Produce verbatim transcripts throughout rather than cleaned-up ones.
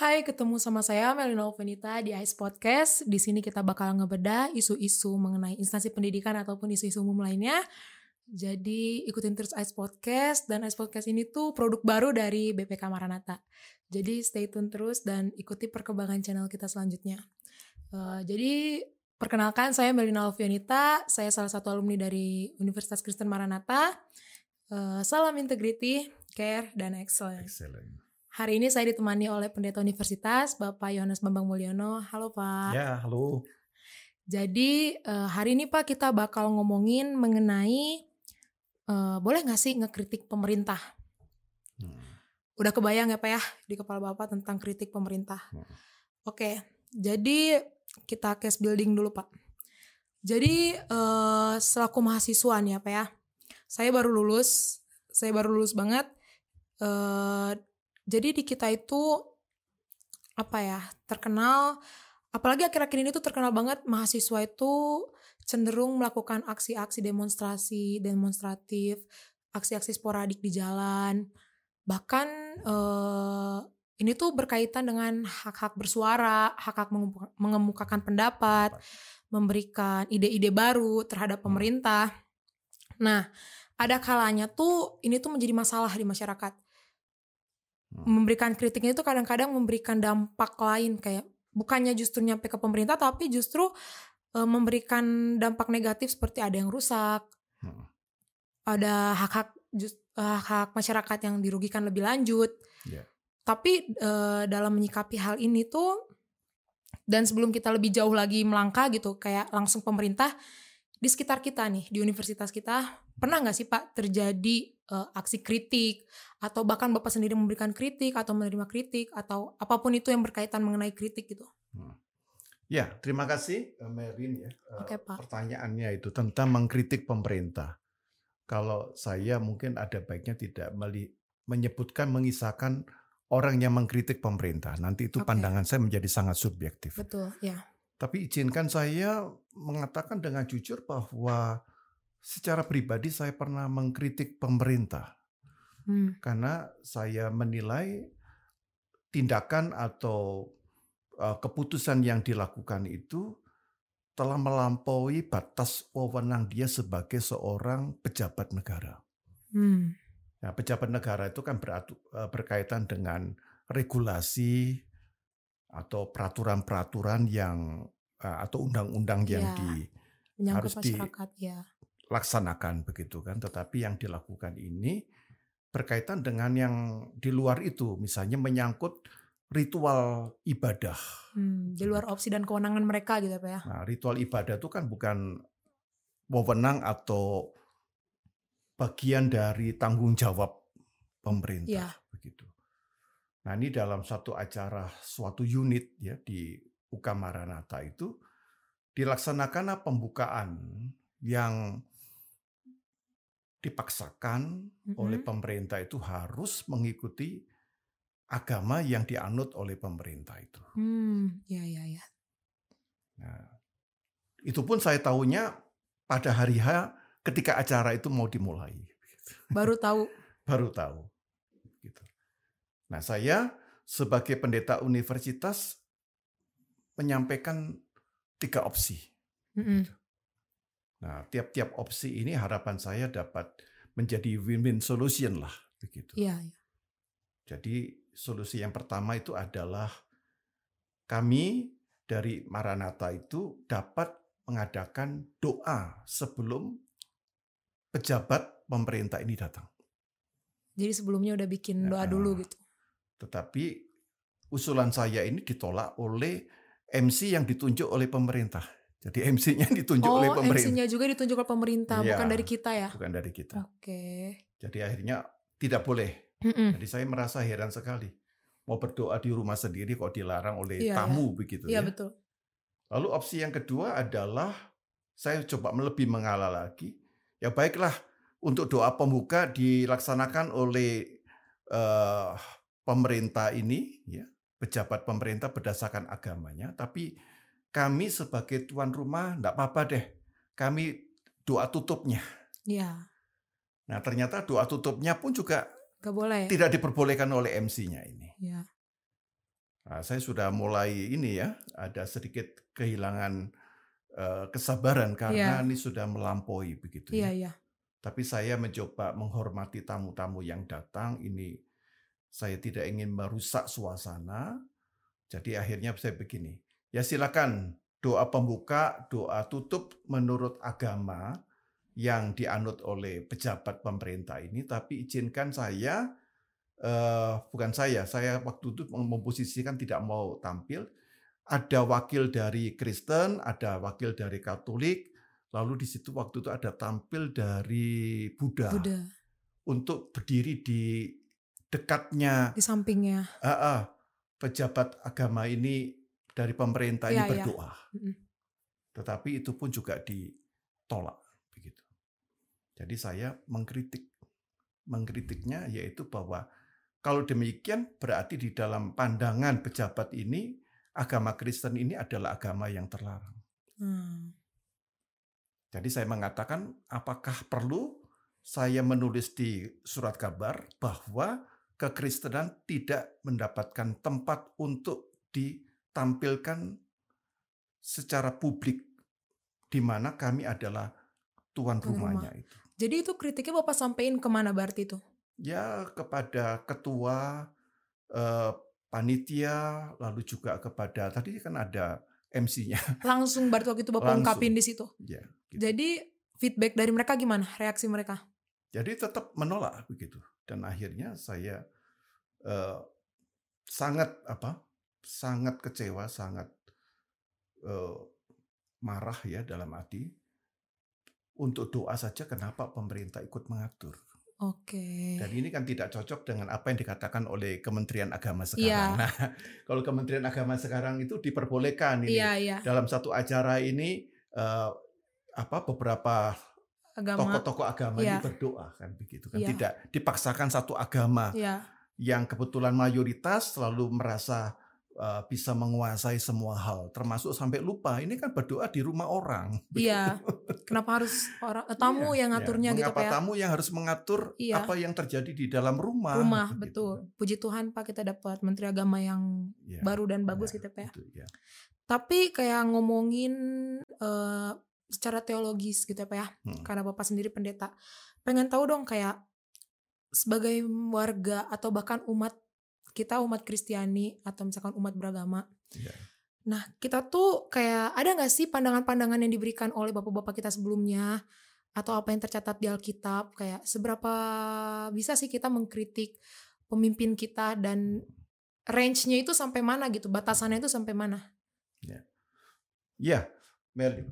Hai, ketemu sama saya Melina Alvenita di Ice Podcast. Di sini kita bakal ngebedah isu-isu mengenai instansi pendidikan ataupun isu-isu umum lainnya. Jadi ikutin terus Ice Podcast, dan Ice Podcast ini tuh produk baru dari B P K Maranatha. Jadi stay tune terus dan ikuti perkembangan channel kita selanjutnya. Uh, jadi perkenalkan, saya Melina Alvenita. Saya salah satu alumni dari Universitas Kristen Maranatha. Uh, salam integrity, care, dan excellence. Excellent. Hari ini saya ditemani oleh Pendeta Universitas, Bapak Yohanes Bambang Mulyono. Halo Pak. Ya, halo. Jadi uh, hari ini Pak kita bakal ngomongin mengenai uh, boleh gak sih ngekritik pemerintah? Hmm. Udah kebayang ya Pak ya di kepala Bapak tentang kritik pemerintah? Hmm. Oke, jadi kita case building dulu Pak. Jadi uh, selaku mahasiswa nih ya Pak ya, saya baru lulus, saya baru lulus banget. Uh, Jadi di kita itu apa ya, terkenal, apalagi akhir-akhir ini tuh terkenal banget mahasiswa itu cenderung melakukan aksi-aksi demonstrasi, demonstratif, aksi-aksi sporadik di jalan. Bahkan eh, ini tuh berkaitan dengan hak-hak bersuara, hak-hak mengemukakan pendapat, memberikan ide-ide baru terhadap pemerintah. Nah, ada kalanya tuh ini tuh menjadi masalah di masyarakat. Memberikan kritiknya itu kadang-kadang memberikan dampak lain, kayak bukannya justru nyampe ke pemerintah tapi justru e, memberikan dampak negatif seperti ada yang rusak, hmm. ada hak-hak just, hak masyarakat yang dirugikan lebih lanjut. Yeah. Tapi e, dalam menyikapi hal ini tuh, dan sebelum kita lebih jauh lagi melangkah gitu, kayak langsung pemerintah di sekitar kita nih, di universitas kita, pernah nggak sih Pak terjadi uh, aksi kritik, atau bahkan Bapak sendiri memberikan kritik atau menerima kritik, atau apapun itu yang berkaitan mengenai kritik gitu? Hmm. Ya, terima kasih Merin ya. Oke, Pak. Pertanyaannya itu tentang mengkritik pemerintah. Kalau saya mungkin ada baiknya tidak meli- menyebutkan, mengisahkan orang yang mengkritik pemerintah. Nanti itu okay. Pandangan saya menjadi sangat subjektif. Betul, ya. Tapi izinkan saya mengatakan dengan jujur bahwa secara pribadi saya pernah mengkritik pemerintah. Hmm. Karena saya menilai tindakan atau uh, keputusan yang dilakukan itu telah melampaui batas wewenang dia sebagai seorang pejabat negara. Hmm. Nah, pejabat negara itu kan beratu, uh, berkaitan dengan regulasi atau peraturan-peraturan yang uh, atau undang-undang yang ya, di harus dilaksanakan ya. Begitu kan. Tetapi yang dilakukan ini berkaitan dengan yang di luar itu, misalnya menyangkut ritual ibadah. Hmm, di luar opsi dan kewenangan mereka gitu Pak ya. Nah, ritual ibadah itu kan bukan wewenang atau bagian dari tanggung jawab pemerintah. Ya. Begitu. Nah, ini dalam satu acara, suatu unit ya di U K Maranatha itu dilaksanakan pembukaan yang dipaksakan mm-hmm. oleh pemerintah itu harus mengikuti agama yang dianut oleh pemerintah itu. Hmm, ya ya ya. Nah, itu pun saya tahunya pada hari H ketika acara itu mau dimulai. Baru tahu. Baru tahu. Gitu. Nah, saya sebagai pendeta universitas menyampaikan tiga opsi. Mm-hmm. Nah, tiap-tiap opsi ini harapan saya dapat menjadi win-win solution lah, begitu. Iya. Ya. Jadi solusi yang pertama itu adalah kami dari Maranatha itu dapat mengadakan doa sebelum pejabat pemerintah ini datang. Jadi sebelumnya udah bikin doa nah, dulu gitu. Tetapi usulan saya ini ditolak oleh M C yang ditunjuk oleh pemerintah. Jadi M C-nya ditunjuk oh, oleh pemerintah. Oh, M C-nya juga ditunjuk oleh pemerintah, ya, bukan dari kita ya? Bukan dari kita. Oke. Okay. Jadi akhirnya tidak boleh. Mm-mm. Jadi saya merasa heran sekali. Mau berdoa di rumah sendiri kok dilarang oleh iya, tamu iya. begitu iya, ya. Betul. Lalu opsi yang kedua adalah saya coba lebih mengalah lagi. Ya baiklah, untuk doa pembuka dilaksanakan oleh uh, pemerintah ini, ya, pejabat pemerintah berdasarkan agamanya, tapi kami sebagai tuan rumah enggak apa-apa deh. Kami doa tutupnya. Ya. Nah, ternyata doa tutupnya pun juga Gak boleh. Tidak diperbolehkan oleh M C-nya ini. Ya. Nah, saya sudah mulai ini ya, ada sedikit kehilangan uh, kesabaran karena Iya. ini sudah melampaui begitu Iya, ya. iya. Tapi saya mencoba menghormati tamu-tamu yang datang. Ini saya tidak ingin merusak suasana. Jadi akhirnya saya begini. Ya silakan doa pembuka, doa tutup menurut agama yang dianut oleh pejabat pemerintah ini. Tapi izinkan saya, uh, bukan saya, saya waktu itu memposisikan tidak mau tampil. Ada wakil dari Kristen, ada wakil dari Katolik. Lalu di situ waktu itu ada tampil dari Buddha, Buddha. Untuk berdiri di dekatnya, di sampingnya uh, uh, pejabat agama ini dari pemerintah ya, ini berdoa. Ya. Tetapi itu pun juga ditolak begitu. Jadi saya mengkritik, mengkritiknya yaitu bahwa kalau demikian berarti di dalam pandangan pejabat ini agama Kristen ini adalah agama yang terlarang. Hmm. Jadi saya mengatakan, apakah perlu saya menulis di surat kabar bahwa kekristenan tidak mendapatkan tempat untuk ditampilkan secara publik, di mana kami adalah tuan rumahnya rumah. Itu. Jadi itu kritiknya Bapak sampaikan kemana berarti itu? Ya kepada ketua, eh, panitia, lalu juga kepada, tadi kan ada M C-nya. Langsung berarti waktu itu Bapak Langsung. ungkapin di situ? Ya. Gitu. Jadi feedback dari mereka gimana? Reaksi mereka? Jadi tetap menolak begitu. Dan akhirnya saya uh, sangat apa? Sangat kecewa, sangat uh, marah ya dalam hati. Untuk doa saja kenapa pemerintah ikut mengatur? Oke. Dan ini kan tidak cocok dengan apa yang dikatakan oleh Kementerian Agama sekarang. Ya. Nah, kalau Kementerian Agama sekarang itu diperbolehkan ini ya, ya. dalam satu acara ini uh, apa beberapa tokoh-tokoh agama ya. Ini berdoa kan begitu kan, ya. Tidak dipaksakan satu agama ya. Yang kebetulan mayoritas selalu merasa uh, bisa menguasai semua hal, termasuk sampai lupa ini kan berdoa di rumah orang. Iya. Kenapa harus orang tamu ya, yang ngaturnya ya. gitu Mengapa Pak? Tamu yang harus mengatur ya. Apa yang terjadi di dalam rumah? Rumah begitu. Betul. Puji Tuhan Pak kita dapat Menteri Agama yang ya. Baru dan bagus ya. Gitu Pak. Betul, ya. Tapi kayak ngomongin uh, secara teologis gitu ya Pak ya, hmm. karena Bapak sendiri pendeta, pengen tahu dong kayak sebagai warga atau bahkan umat kita umat Kristiani atau misalkan umat beragama, yeah. Nah kita tuh kayak ada nggak sih pandangan-pandangan yang diberikan oleh bapak-bapak kita sebelumnya atau apa yang tercatat di Alkitab, kayak seberapa bisa sih kita mengkritik pemimpin kita dan range-nya itu sampai mana gitu, batasannya itu sampai mana? Ya, yeah. yeah, Mel.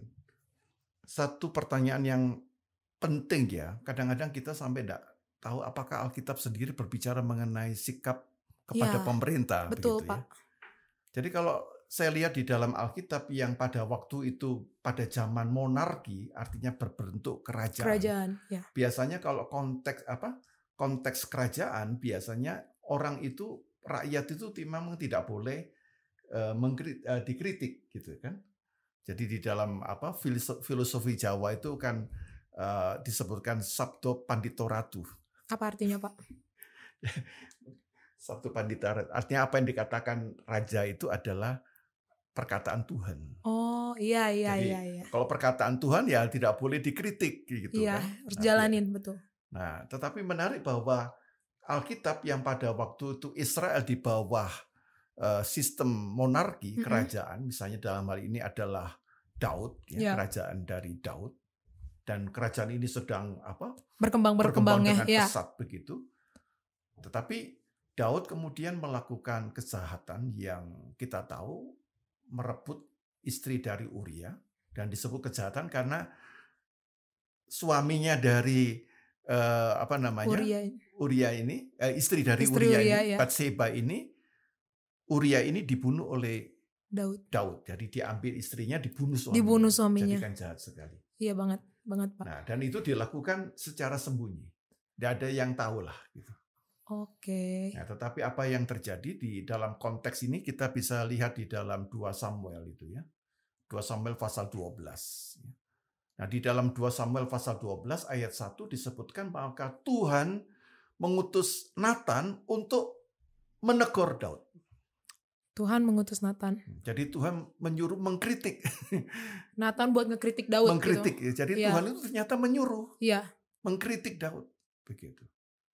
Satu pertanyaan yang penting ya, kadang-kadang kita sampai tidak tahu apakah Alkitab sendiri berbicara mengenai sikap kepada ya, pemerintah. Betul, begitu Pak. Ya. Jadi kalau saya lihat di dalam Alkitab yang pada waktu itu pada zaman monarki, artinya berbentuk kerajaan. Kerajaan, ya. Biasanya kalau konteks apa? Konteks kerajaan biasanya orang itu rakyat itu memang tidak boleh uh, mengkritik, uh, dikritik gitu kan. Jadi di dalam apa filosofi Jawa itu kan uh, disebutkan sabdo panditoratu. Apa artinya Pak? Sabdo panditoratu artinya apa yang dikatakan raja itu adalah perkataan Tuhan. Oh iya iya Jadi, iya. iya. Kalau perkataan Tuhan ya tidak boleh dikritik gitu iya, kan. Harus nah, jalanin ya. Betul. Nah tetapi menarik bahwa Alkitab yang pada waktu itu Israel di bawah Uh, sistem monarki, mm-hmm. kerajaan, misalnya dalam hal ini adalah Daud, ya, yeah. kerajaan dari Daud, dan kerajaan ini sedang apa? Berkembang berkembang dengan ya. pesat begitu. Tetapi Daud kemudian melakukan kejahatan yang kita tahu, merebut istri dari Uria, dan disebut kejahatan karena suaminya dari uh, apa namanya Uria, Uria ini, uh, istri dari istri Uria, Uria ini, ya. Batseba ini. Uria ini dibunuh oleh Daud. Daud. Jadi diambil istrinya, dibunuh suaminya. Dibunuh suaminya. Jadi kan jahat sekali. Iya banget, banget Pak. Nah, dan itu dilakukan secara sembunyi. Tidak ada yang tahu lah gitu. Oke. Nah, tetapi apa yang terjadi di dalam konteks ini kita bisa lihat di dalam dua Samuel itu ya. dua Samuel pasal dua belas. Nah, di dalam dua Samuel pasal dua belas ayat satu disebutkan maka Tuhan mengutus Nathan untuk menegur Daud. Tuhan mengutus Nathan. Jadi Tuhan menyuruh mengkritik. Nathan buat ngekritik Daud. Mengkritik. Gitu. Jadi ya. Tuhan itu ternyata menyuruh. Iya. Mengkritik Daud. Begitu.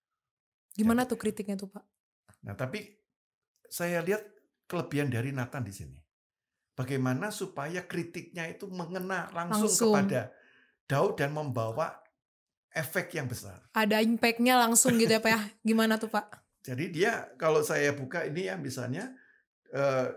Gimana Jadi, tuh kritiknya tuh Pak? Nah tapi saya lihat kelebihan dari Nathan di sini. Bagaimana supaya kritiknya itu mengena langsung, langsung. kepada Daud dan membawa efek yang besar. Ada impact-nya langsung gitu ya Pak ya? Gimana tuh Pak? Jadi dia, kalau saya buka ini ya misalnya, Uh,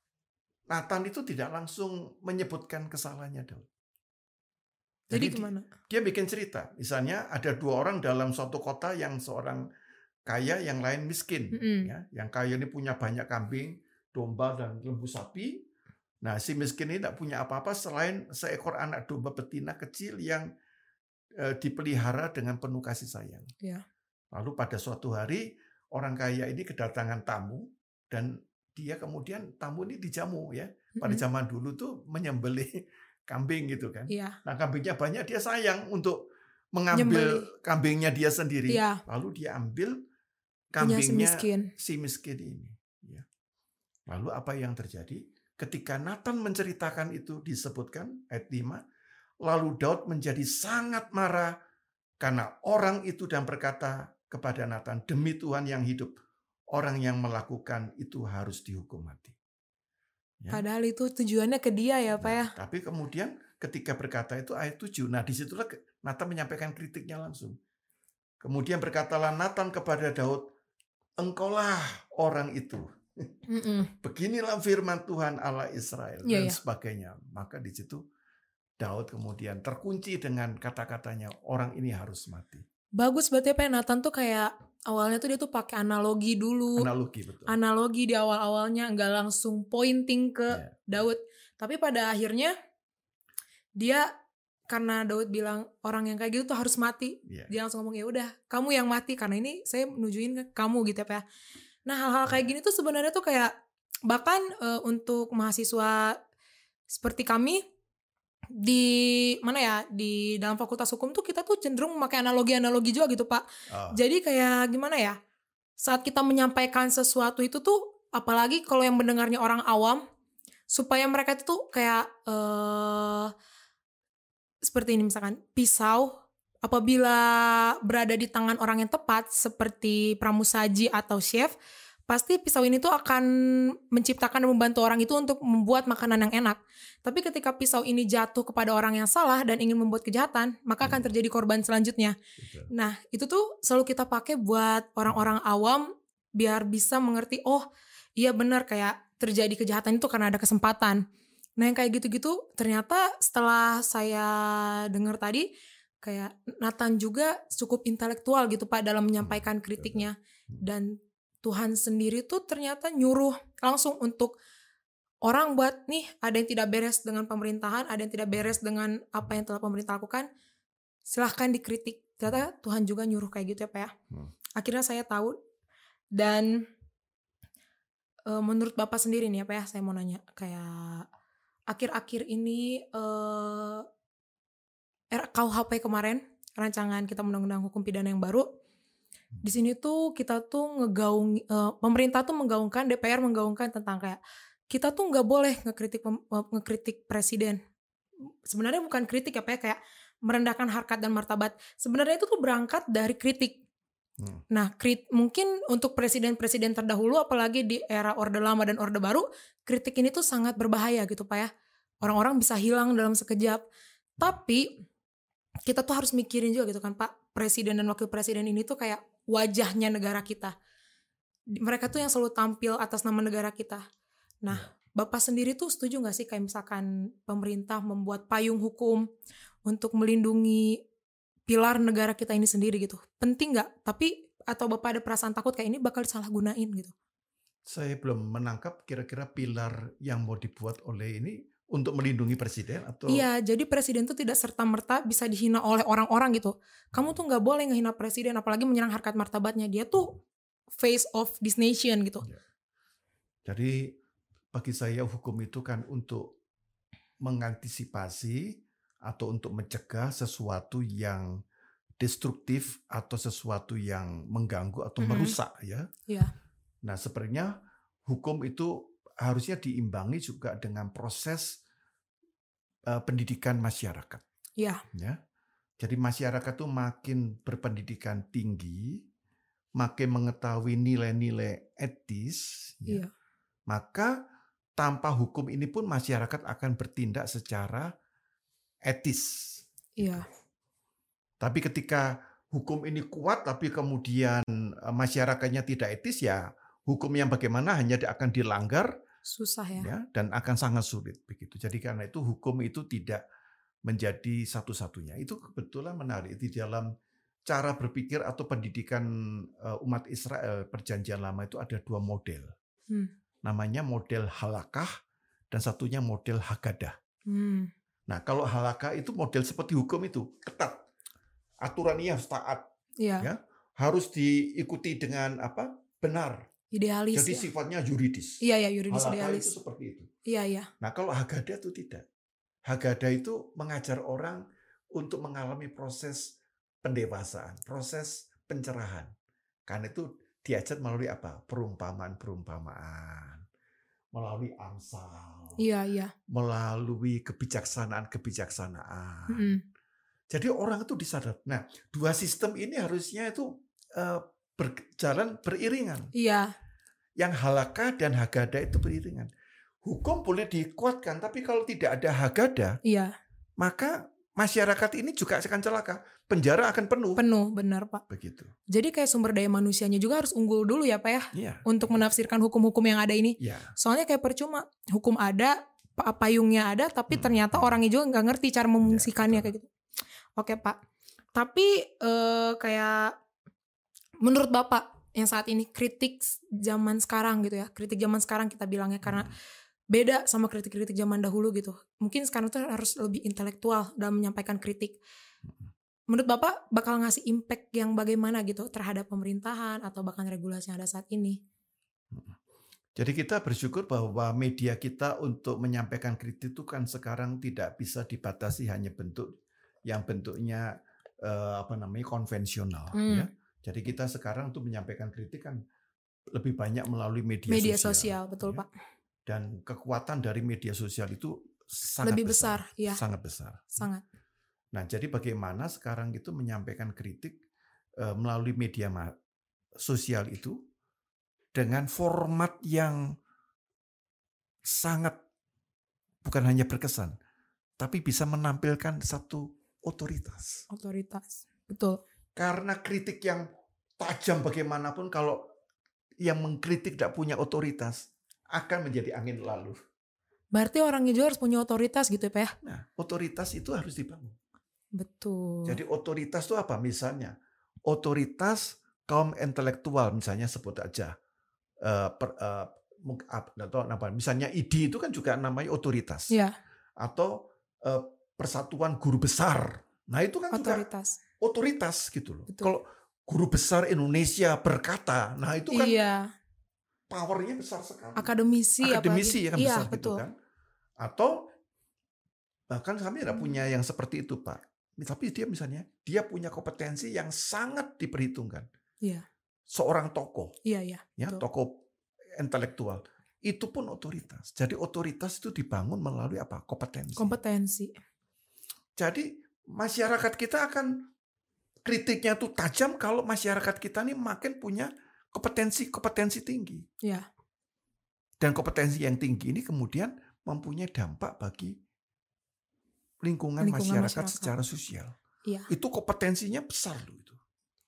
Nathan itu tidak langsung menyebutkan kesalahannya Daud. Jadi, Jadi gimana? Dia, dia bikin cerita. Misalnya ada dua orang dalam suatu kota yang seorang kaya, yang lain miskin. Mm-hmm. Ya, yang kaya ini punya banyak kambing, domba dan lembu sapi. Nah si miskin ini tidak punya apa-apa selain seekor anak domba betina kecil yang uh, dipelihara dengan penuh kasih sayang. Yeah. Lalu pada suatu hari orang kaya ini kedatangan tamu dan dia kemudian tamu ini dijamu ya. Pada mm-hmm. zaman dulu tuh menyembelih kambing gitu kan. Yeah. Nah kambingnya banyak, dia sayang untuk mengambil Nyembeli. kambingnya dia sendiri. Yeah. Lalu dia ambil kambingnya si miskin. si miskin ini. Ya. Lalu apa yang terjadi? Ketika Nathan menceritakan itu disebutkan ayat lima. Lalu Daud menjadi sangat marah karena orang itu dan berkata kepada Nathan, demi Tuhan yang hidup, orang yang melakukan itu harus dihukum mati. Ya. Padahal itu tujuannya ke dia ya Pak nah, ya. Tapi kemudian ketika berkata itu ayat tujuh. Nah disitulah Nathan menyampaikan kritiknya langsung. Kemudian berkatalah Nathan kepada Daud, engkaulah orang itu. Beginilah firman Tuhan Allah Israel. Ya, dan ya. sebagainya. Maka di situ Daud kemudian terkunci dengan kata-katanya, orang ini harus mati. Bagus berarti apa ya, Nathan tuh kayak awalnya tuh dia tuh pakai analogi dulu. Analogi betul. Analogi di awal-awalnya, nggak langsung pointing ke yeah. Daud. Tapi pada akhirnya dia, karena Daud bilang orang yang kayak gitu tuh harus mati. Yeah. Dia langsung ngomong, ya udah kamu yang mati karena ini saya menujuin ke kamu gitu ya Pak ya. Nah hal-hal kayak yeah. gini tuh sebenarnya tuh kayak bahkan uh, untuk mahasiswa seperti kami di mana ya, di dalam fakultas hukum tuh kita tuh cenderung memakai analogi-analogi juga gitu Pak. Oh. Jadi kayak gimana ya, saat kita menyampaikan sesuatu itu tuh, apalagi kalau yang mendengarnya orang awam, supaya mereka itu tuh kayak uh, seperti ini misalkan, pisau apabila berada di tangan orang yang tepat seperti pramusaji atau chef, pasti pisau ini tuh akan menciptakan dan membantu orang itu untuk membuat makanan yang enak. Tapi ketika pisau ini jatuh kepada orang yang salah dan ingin membuat kejahatan, maka akan terjadi korban selanjutnya. Betul. Nah, itu tuh selalu kita pakai buat orang-orang awam biar bisa mengerti, oh iya benar kayak terjadi kejahatan itu karena ada kesempatan. Nah, yang kayak gitu-gitu ternyata setelah saya dengar tadi, kayak Nathan juga cukup intelektual gitu Pak dalam menyampaikan kritiknya. Dan Tuhan sendiri tuh ternyata nyuruh langsung untuk orang buat nih ada yang tidak beres dengan pemerintahan, ada yang tidak beres dengan apa yang telah pemerintah lakukan, silahkan dikritik. Ternyata Tuhan juga nyuruh kayak gitu ya Pak ya. Akhirnya saya tahu. Dan e, menurut Bapak sendiri nih ya Pak ya, saya mau nanya kayak akhir-akhir ini e, R K U H P kemarin, rancangan kita undang-undang hukum pidana yang baru. Di sini tuh kita tuh ngegaung, uh, pemerintah tuh menggaungkan, D P R menggaungkan tentang kayak kita tuh nggak boleh ngekritik ngekritik presiden. Sebenarnya bukan kritik ya Pak ya, kayak merendahkan harkat dan martabat. Sebenarnya itu tuh berangkat dari kritik. Hmm. Nah, krit, mungkin untuk presiden-presiden terdahulu, apalagi di era Orde Lama dan Orde Baru, kritik ini tuh sangat berbahaya gitu Pak ya. Orang-orang bisa hilang dalam sekejap. Tapi kita tuh harus mikirin juga gitu kan Pak, presiden dan wakil presiden ini tuh kayak wajahnya negara kita. Mereka tuh yang selalu tampil atas nama negara kita. Nah, Bapak sendiri tuh setuju gak sih kayak misalkan pemerintah membuat payung hukum untuk melindungi pilar negara kita ini sendiri gitu? Penting gak? Tapi atau Bapak ada perasaan takut kayak ini bakal disalahgunain gitu? Saya belum menangkap kira-kira pilar yang mau dibuat oleh ini untuk melindungi presiden atau? Iya, jadi presiden tuh tidak serta-merta bisa dihina oleh orang-orang gitu. Kamu tuh gak boleh ngehina presiden, apalagi menyerang harkat martabatnya. Dia tuh face of this nation gitu. Ya. Jadi bagi saya hukum itu kan untuk mengantisipasi atau untuk mencegah sesuatu yang destruktif atau sesuatu yang mengganggu atau mm-hmm. merusak ya. Iya. Nah sebenarnya hukum itu harusnya diimbangi juga dengan proses uh, pendidikan masyarakat. Iya. Ya. Jadi masyarakat tuh makin berpendidikan tinggi, makin mengetahui nilai-nilai etis, ya, iya. maka tanpa hukum ini pun masyarakat akan bertindak secara etis. Iya. Tapi ketika hukum ini kuat, tapi kemudian masyarakatnya tidak etis, ya hukum yang bagaimana hanya akan dilanggar, susah ya. ya, dan akan sangat sulit begitu. Jadi karena itu hukum itu tidak menjadi satu-satunya. Itu kebetulan menarik di dalam cara berpikir atau pendidikan umat Israel Perjanjian Lama itu ada dua model. Hmm. Namanya model halakah dan satunya model hagadah. Hmm. Nah, kalau halakah itu model seperti hukum itu ketat, aturannya harus taat, ya. Ya, harus diikuti dengan apa? Benar. Idealis. Jadi ya. Sifatnya yuridis. Iya ya, yuridis halakah idealis. Itu seperti itu. Iya ya. Nah, kalau hagadah itu tidak. Hagadah itu mengajar orang untuk mengalami proses pendewasaan, proses pencerahan. Karena itu diajar melalui apa? Perumpamaan-perumpamaan, melalui amsal, iya, iya. melalui kebijaksanaan-kebijaksanaan. Mm-hmm. Jadi orang itu disadar. Nah, dua sistem ini harusnya itu uh, berjalan beriringan. Iya. Yang halakah dan hagadah itu beriringan. Hukum boleh dikuatkan, tapi kalau tidak ada hagadah, iya. maka masyarakat ini juga akan celaka. Penjara akan penuh. Penuh, benar Pak. Begitu. Jadi kayak sumber daya manusianya juga harus unggul dulu ya Pak ya. Iya. Untuk menafsirkan hukum-hukum yang ada ini. Iya. Soalnya kayak percuma. Hukum ada, payungnya ada, tapi hmm. ternyata orangnya juga nggak ngerti cara memungsikannya ya, kayak gitu. Oke Pak. Tapi eh, kayak menurut Bapak yang saat ini kritik zaman sekarang gitu ya. Kritik zaman sekarang kita bilangnya karena hmm. beda sama kritik-kritik zaman dahulu gitu. Mungkin sekarang tuh harus lebih intelektual dalam menyampaikan kritik. Menurut Bapak bakal ngasih impact yang bagaimana gitu terhadap pemerintahan atau bahkan regulasi yang ada saat ini? Jadi kita bersyukur bahwa media kita untuk menyampaikan kritik itu kan sekarang tidak bisa dibatasi hanya bentuk yang bentuknya eh, apa namanya konvensional. Hmm. Ya. Jadi kita sekarang untuk menyampaikan kritik kan lebih banyak melalui media, media sosial. sosial, betul ya. Pak. Dan kekuatan dari media sosial itu sangat lebih besar, besar ya. sangat besar. Sangat. Nah, jadi bagaimana sekarang itu menyampaikan kritik uh, melalui media ma- sosial itu dengan format yang sangat bukan hanya berkesan, tapi bisa menampilkan satu otoritas. Otoritas, betul. Karena kritik yang tajam bagaimanapun kalau yang mengkritik tidak punya otoritas akan menjadi angin lalu. Berarti orangnya juga harus punya otoritas gitu ya Pak ya? Nah, otoritas itu harus dibangun. Betul. Jadi otoritas itu apa? Misalnya otoritas kaum intelektual, misalnya sebut aja uh, per, uh, atau apa? Misalnya I D I itu kan juga namanya otoritas. Ya. Atau uh, Persatuan Guru Besar. Nah itu kan otoritas. Juga otoritas gitu loh. Betul. Kalau Guru Besar Indonesia berkata, nah itu kan iya. powernya besar sekali. Akademisi, Akademisi ya kan iya, besar betul. Gitu kan. Atau bahkan kami tidak punya yang seperti itu Pak. Tapi dia misalnya, dia punya kompetensi yang sangat diperhitungkan. Iya. Seorang tokoh. Iya, iya. Ya, tokoh intelektual. Itu pun otoritas. Jadi otoritas itu dibangun melalui apa? Kompetensi. Kompetensi. Jadi masyarakat kita akan kritiknya tuh tajam kalau masyarakat kita nih makin punya kompetensi-kompetensi tinggi. Iya. Dan kompetensi yang tinggi ini kemudian mempunyai dampak bagi lingkungan, lingkungan masyarakat, masyarakat secara sosial. Iya. Itu kompetensinya besar loh itu.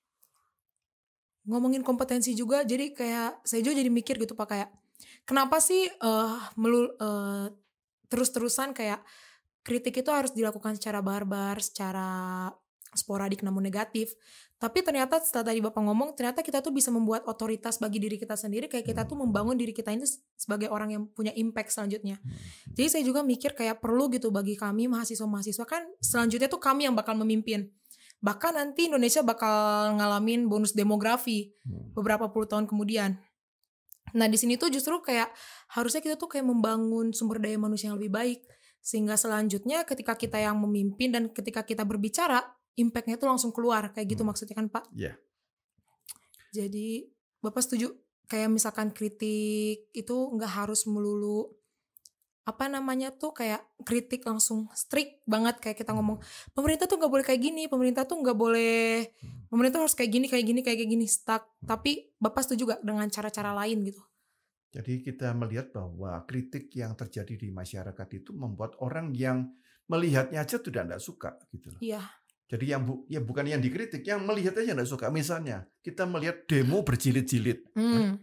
Ngomongin kompetensi juga, jadi kayak saya juga jadi mikir gitu Pak, kayak kenapa sih uh, melul, uh, terus-terusan kayak kritik itu harus dilakukan secara barbar, secara sporadik namun negatif. Tapi ternyata setelah tadi Bapak ngomong, ternyata kita tuh bisa membuat otoritas bagi diri kita sendiri, kayak kita tuh membangun diri kita ini sebagai orang yang punya impact selanjutnya. Jadi saya juga mikir kayak perlu gitu bagi kami mahasiswa-mahasiswa, kan selanjutnya tuh kami yang bakal memimpin. Bahkan nanti Indonesia bakal ngalamin bonus demografi beberapa puluh tahun kemudian. Nah di sini tuh justru kayak harusnya kita tuh kayak membangun sumber daya manusia yang lebih baik. Sehingga selanjutnya ketika kita yang memimpin dan ketika kita berbicara, impact-nya itu langsung keluar. Kayak gitu hmm. maksudnya kan Pak? Iya. Yeah. Jadi Bapak setuju kayak misalkan kritik itu nggak harus melulu apa namanya tuh kayak kritik langsung strict banget kayak kita ngomong pemerintah tuh nggak boleh kayak gini, pemerintah tuh nggak boleh, pemerintah harus kayak gini kayak gini kayak gini stuck. Tapi Bapak setuju gak dengan cara-cara lain gitu? Jadi kita melihat bahwa kritik yang terjadi di masyarakat itu membuat orang yang melihatnya aja sudah tidak suka gitu loh. Iya. Jadi yang bu, ya bukan yang dikritik, yang melihat aja tidak suka. Misalnya kita melihat demo berjilid-jilid. Hmm. Ya.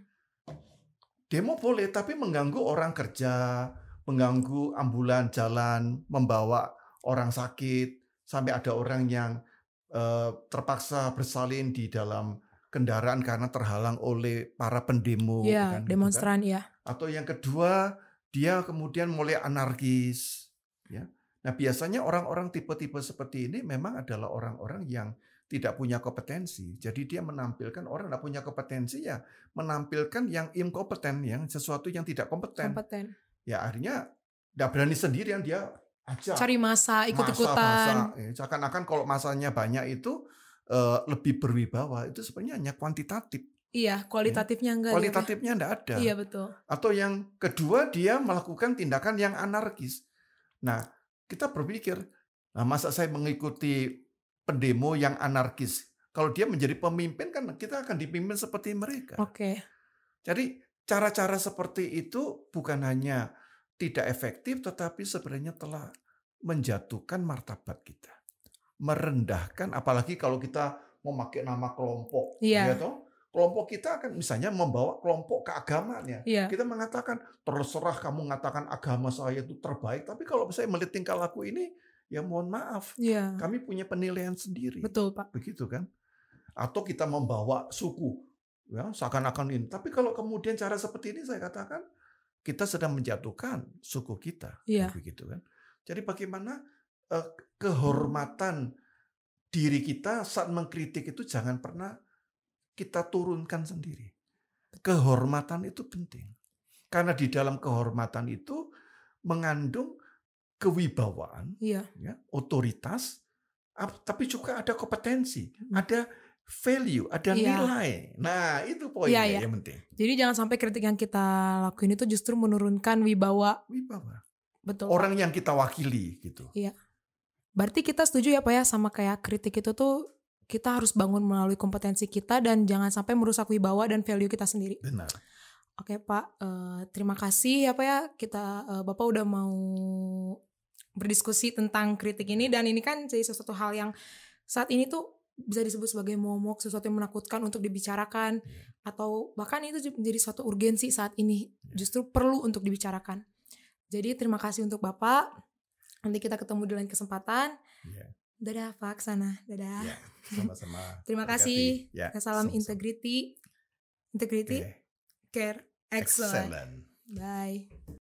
Demo boleh, tapi mengganggu orang kerja, mengganggu ambulan jalan, membawa orang sakit, sampai ada orang yang uh, terpaksa bersalin di dalam kendaraan karena terhalang oleh para pendemo. Ya, kan, demonstran gitu kan. Ya. Atau yang kedua, dia kemudian mulai anarkis. Ya. Nah biasanya orang-orang tipe-tipe seperti ini memang adalah orang-orang yang tidak punya kompetensi. Jadi dia menampilkan orang tidak punya kompetensi ya menampilkan yang inkompeten, yang sesuatu yang tidak kompeten. Kompeten. Ya akhirnya tidak berani sendirian dia ajak. Cari masa, ikut-ikutan. Masa, seakan-akan kalau masanya banyak itu uh, lebih berwibawa. Itu sebenarnya hanya kuantitatif. Iya, kualitatifnya ya. enggak. Kualitatifnya enggak ada. Iya betul. Atau yang kedua dia melakukan tindakan yang anarkis. Nah kita berpikir, nah masa saya mengikuti pendemo yang anarkis? Kalau dia menjadi pemimpin kan kita akan dipimpin seperti mereka. Oke. Okay. Jadi cara-cara seperti itu bukan hanya tidak efektif, tetapi sebenarnya telah menjatuhkan martabat kita, merendahkan. Apalagi kalau kita memakai nama kelompok, yeah. ya toh? Kelompok kita akan misalnya membawa kelompok keagamaan ya. Yeah. Kita mengatakan terserah kamu mengatakan agama saya itu terbaik, tapi kalau saya melihat tingkah laku ini, ya mohon maaf, yeah. kami punya penilaian sendiri. Betul Pak. Begitu kan? Atau kita membawa suku, ya seakan-akan ini. Tapi kalau kemudian cara seperti ini saya katakan kita sedang menjatuhkan suku kita, yeah. begitu kan? Jadi bagaimana eh, kehormatan diri kita saat mengkritik itu jangan pernah kita turunkan sendiri. Kehormatan itu penting. Karena di dalam kehormatan itu mengandung kewibawaan, iya. ya, otoritas, tapi juga ada kompetensi, ada value, ada iya. nilai. Nah, itu poinnya iya, iya. yang penting. Jadi jangan sampai kritik yang kita lakuin itu justru menurunkan wibawa. Wibawa. Betul. Orang Pak. yang kita wakili gitu. Iya. Berarti kita setuju ya Pak ya sama kayak kritik itu tuh kita harus bangun melalui kompetensi kita dan jangan sampai merusak wibawa dan value kita sendiri. Benar. Oke Pak, uh, terima kasih ya Pak ya kita uh, Bapak udah mau berdiskusi tentang kritik ini dan ini kan jadi sesuatu hal yang saat ini tuh bisa disebut sebagai momok, sesuatu yang menakutkan untuk dibicarakan yeah. atau bahkan itu menjadi suatu urgensi saat ini yeah. justru perlu untuk dibicarakan. Jadi terima kasih untuk Bapak. Nanti kita ketemu di lain kesempatan. Yeah. Dadah Pak, sana. Dadah. Ya, sama-sama. Terima kasih. Ya, salam sama-sama. integrity. Integrity. Okay. Care. Excellent. Excellent. Bye.